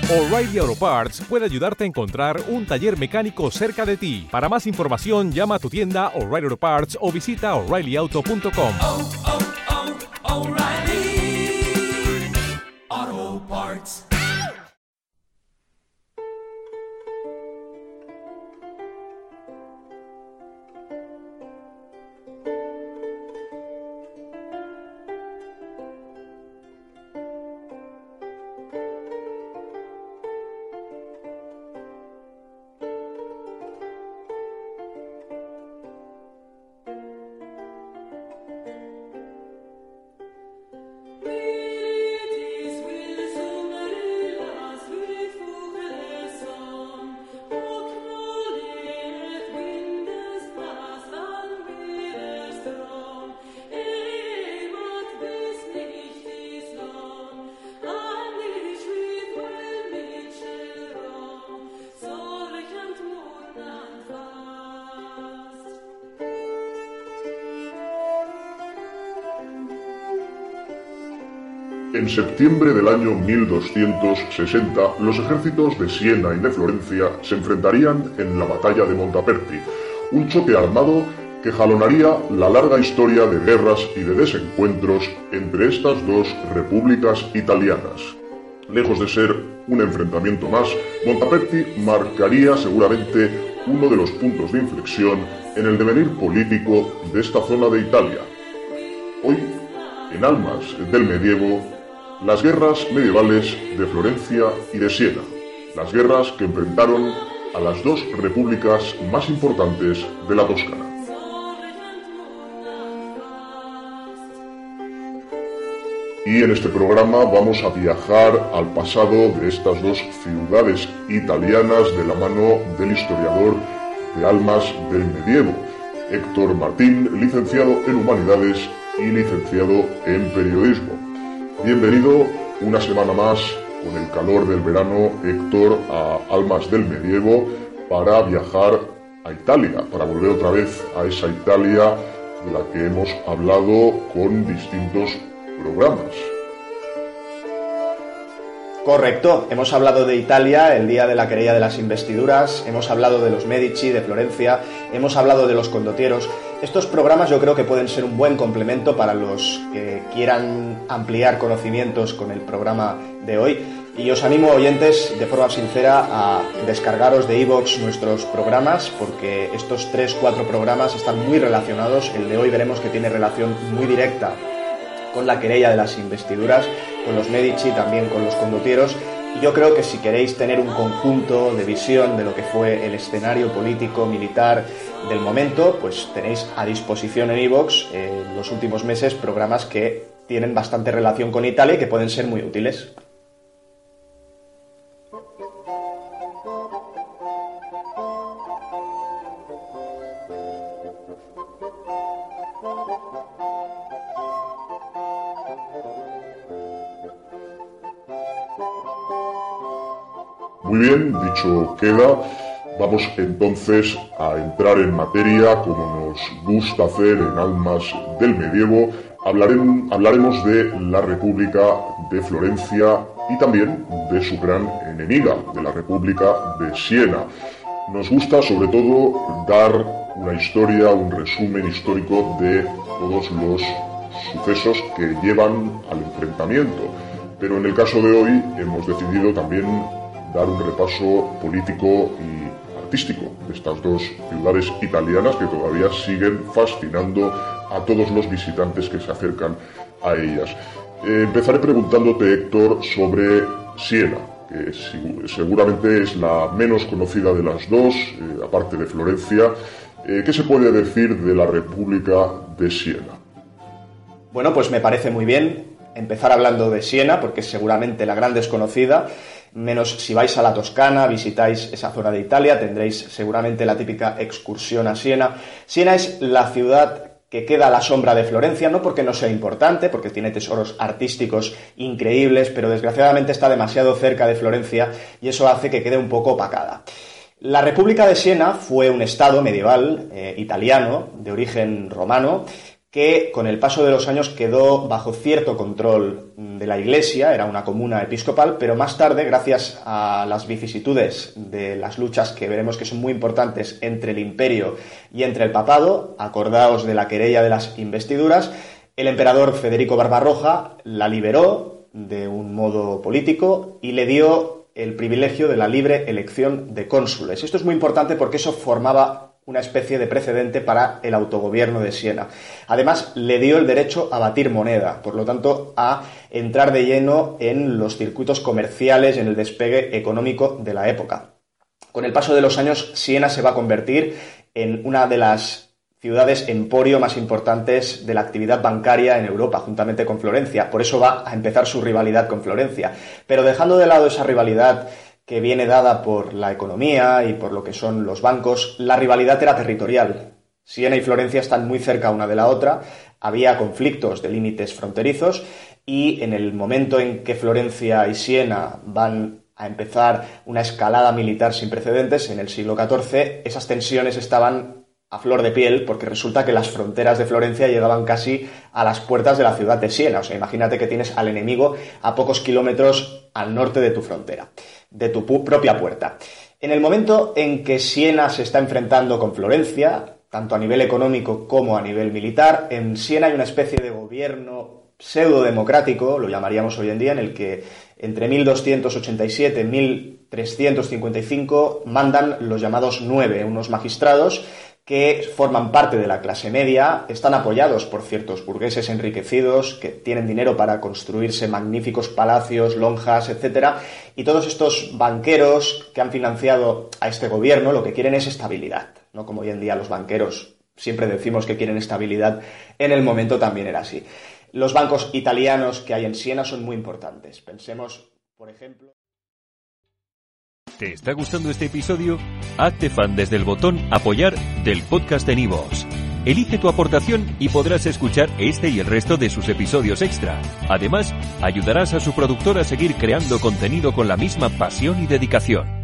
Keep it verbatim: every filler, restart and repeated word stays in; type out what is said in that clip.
O'Reilly Auto Parts puede ayudarte a encontrar un taller mecánico cerca de ti. Para más información, llama a tu tienda O'Reilly Auto Parts o visita O'Reilly Auto punto com. Oh, oh, oh, O'Reilly Auto Parts. En septiembre del año mil doscientos sesenta, los ejércitos de Siena y de Florencia se enfrentarían en la batalla de Montaperti, un choque armado que jalonaría la larga historia de guerras y de desencuentros entre estas dos repúblicas italianas. Lejos de ser un enfrentamiento más, Montaperti marcaría seguramente uno de los puntos de inflexión en el devenir político de esta zona de Italia. Hoy, en Almas del Medievo, las guerras medievales de Florencia y de Siena, las guerras que enfrentaron a las dos repúblicas más importantes de la Toscana. Y en este programa vamos a viajar al pasado de estas dos ciudades italianas de la mano del historiador de Almas del Medievo, Héctor Martín, licenciado en Humanidades y licenciado en Periodismo. Bienvenido una semana más, con el calor del verano, Héctor, a Almas del Medievo para viajar a Italia, para volver otra vez a esa Italia de la que hemos hablado con distintos programas. Correcto, hemos hablado de Italia, el día de la querella de las investiduras, hemos hablado de los Medici, de Florencia, hemos hablado de los condotieros. Estos programas yo creo que pueden ser un buen complemento para los que quieran ampliar conocimientos con el programa de hoy. Y os animo, oyentes, de forma sincera a descargaros de iVoox nuestros programas, porque estos tres, cuatro programas están muy relacionados. El de hoy veremos que tiene relación muy directa con la querella de las investiduras, con los Medici, también con los condotieros. Y yo creo que si queréis tener un conjunto de visión de lo que fue el escenario político, militar del momento, pues tenéis a disposición en iVoox eh, en los últimos meses programas que tienen bastante relación con Italia y que pueden ser muy útiles. Muy bien, dicho queda, vamos entonces a entrar en materia, como nos gusta hacer en Almas del Medievo. Hablaremos, hablaremos de la República de Florencia y también de su gran enemiga, de la República de Siena. Nos gusta sobre todo dar una historia, un resumen histórico de todos los sucesos que llevan al enfrentamiento. Pero en el caso de hoy hemos decidido también dar un repaso político y artístico de estas dos ciudades italianas que todavía siguen fascinando a todos los visitantes que se acercan a ellas. Eh, empezaré preguntándote, Héctor, sobre Siena, que seguramente es la menos conocida de las dos, eh, aparte de Florencia. Eh, ¿Qué se puede decir de la República de Siena? Bueno, pues me parece muy bien empezar hablando de Siena, porque es seguramente la gran desconocida. Menos si vais a la Toscana, visitáis esa zona de Italia, tendréis seguramente la típica excursión a Siena. Siena es la ciudad que queda a la sombra de Florencia, no porque no sea importante, porque tiene tesoros artísticos increíbles, pero desgraciadamente está demasiado cerca de Florencia y eso hace que quede un poco opacada. La República de Siena fue un estado medieval eh, italiano de origen romano que con el paso de los años quedó bajo cierto control de la Iglesia, era una comuna episcopal, pero más tarde, gracias a las vicisitudes de las luchas que veremos que son muy importantes entre el imperio y entre el papado, acordaos de la querella de las investiduras, el emperador Federico Barbarroja la liberó de un modo político y le dio el privilegio de la libre elección de cónsules. Esto es muy importante porque eso formaba una especie de precedente para el autogobierno de Siena. Además, le dio el derecho a batir moneda, por lo tanto, a entrar de lleno en los circuitos comerciales y en el despegue económico de la época. Con el paso de los años, Siena se va a convertir en una de las ciudades emporio más importantes de la actividad bancaria en Europa, juntamente con Florencia. Por eso va a empezar su rivalidad con Florencia. Pero dejando de lado esa rivalidad que viene dada por la economía y por lo que son los bancos, la rivalidad era territorial. Siena y Florencia están muy cerca una de la otra, había conflictos de límites fronterizos y en el momento en que Florencia y Siena van a empezar una escalada militar sin precedentes en el siglo catorce, esas tensiones estaban a flor de piel porque resulta que las fronteras de Florencia llegaban casi a las puertas de la ciudad de Siena. O sea, imagínate que tienes al enemigo a pocos kilómetros al norte de tu frontera, de tu pu- propia puerta. En el momento en que Siena se está enfrentando con Florencia, tanto a nivel económico como a nivel militar, en Siena hay una especie de gobierno pseudo-democrático, lo llamaríamos hoy en día, en el que entre mil doscientos ochenta y siete y mil trescientos cincuenta y cinco mandan los llamados nueve, unos magistrados que forman parte de la clase media, están apoyados por ciertos burgueses enriquecidos que tienen dinero para construirse magníficos palacios, lonjas, etcétera, y todos estos banqueros que han financiado a este gobierno lo que quieren es estabilidad, no como hoy en día los banqueros siempre decimos que quieren estabilidad, en el momento también era así. Los bancos italianos que hay en Siena son muy importantes. Pensemos, por ejemplo... ¿Te está gustando este episodio? Hazte fan desde el botón Apoyar del podcast de Nivos. Elige tu aportación y podrás escuchar este y el resto de sus episodios extra. Además, ayudarás a su productor a seguir creando contenido con la misma pasión y dedicación.